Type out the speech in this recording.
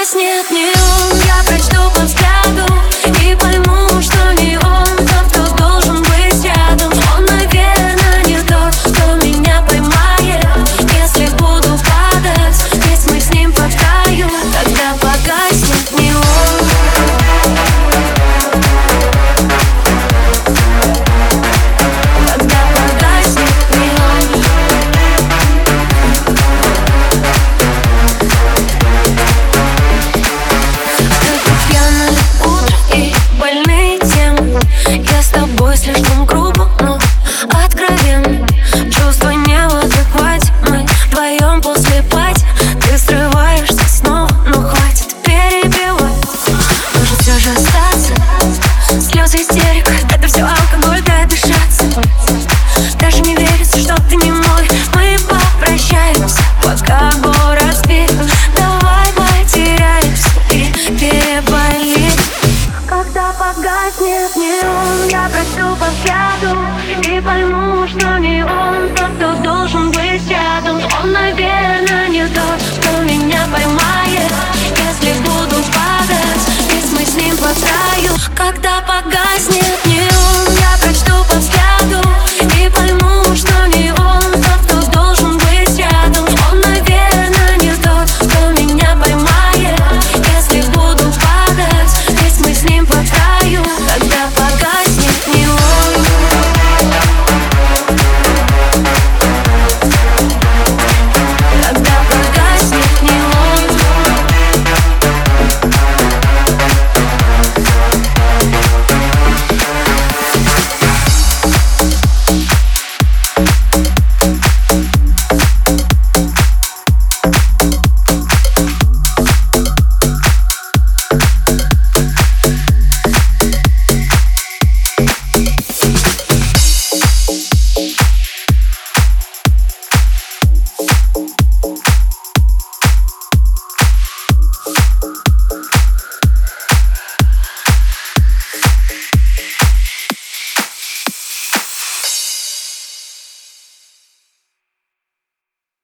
погаснет неон, я прочту по взгляду и пойму, что не он тот, кто должен быть рядом. Он, наверное, не тот, кто меня поймает, если буду падать, ведь мы с ним по краю. Когда погаснет неон, слишком грубо, но откровенно. Чувства не в адеквате, мы вдвоем после пати. Ты срываешься снова, но хватит перебивать. Может все же остаться, слезы, истерика, это все алкоголь, дай дышаться. Даже не верится, что ты не мой. Мы попрощаемся, пока город спит. Давай потеряемся и переболим. Когда погаснет неон, я прочту по взгляду и пойму, что не он.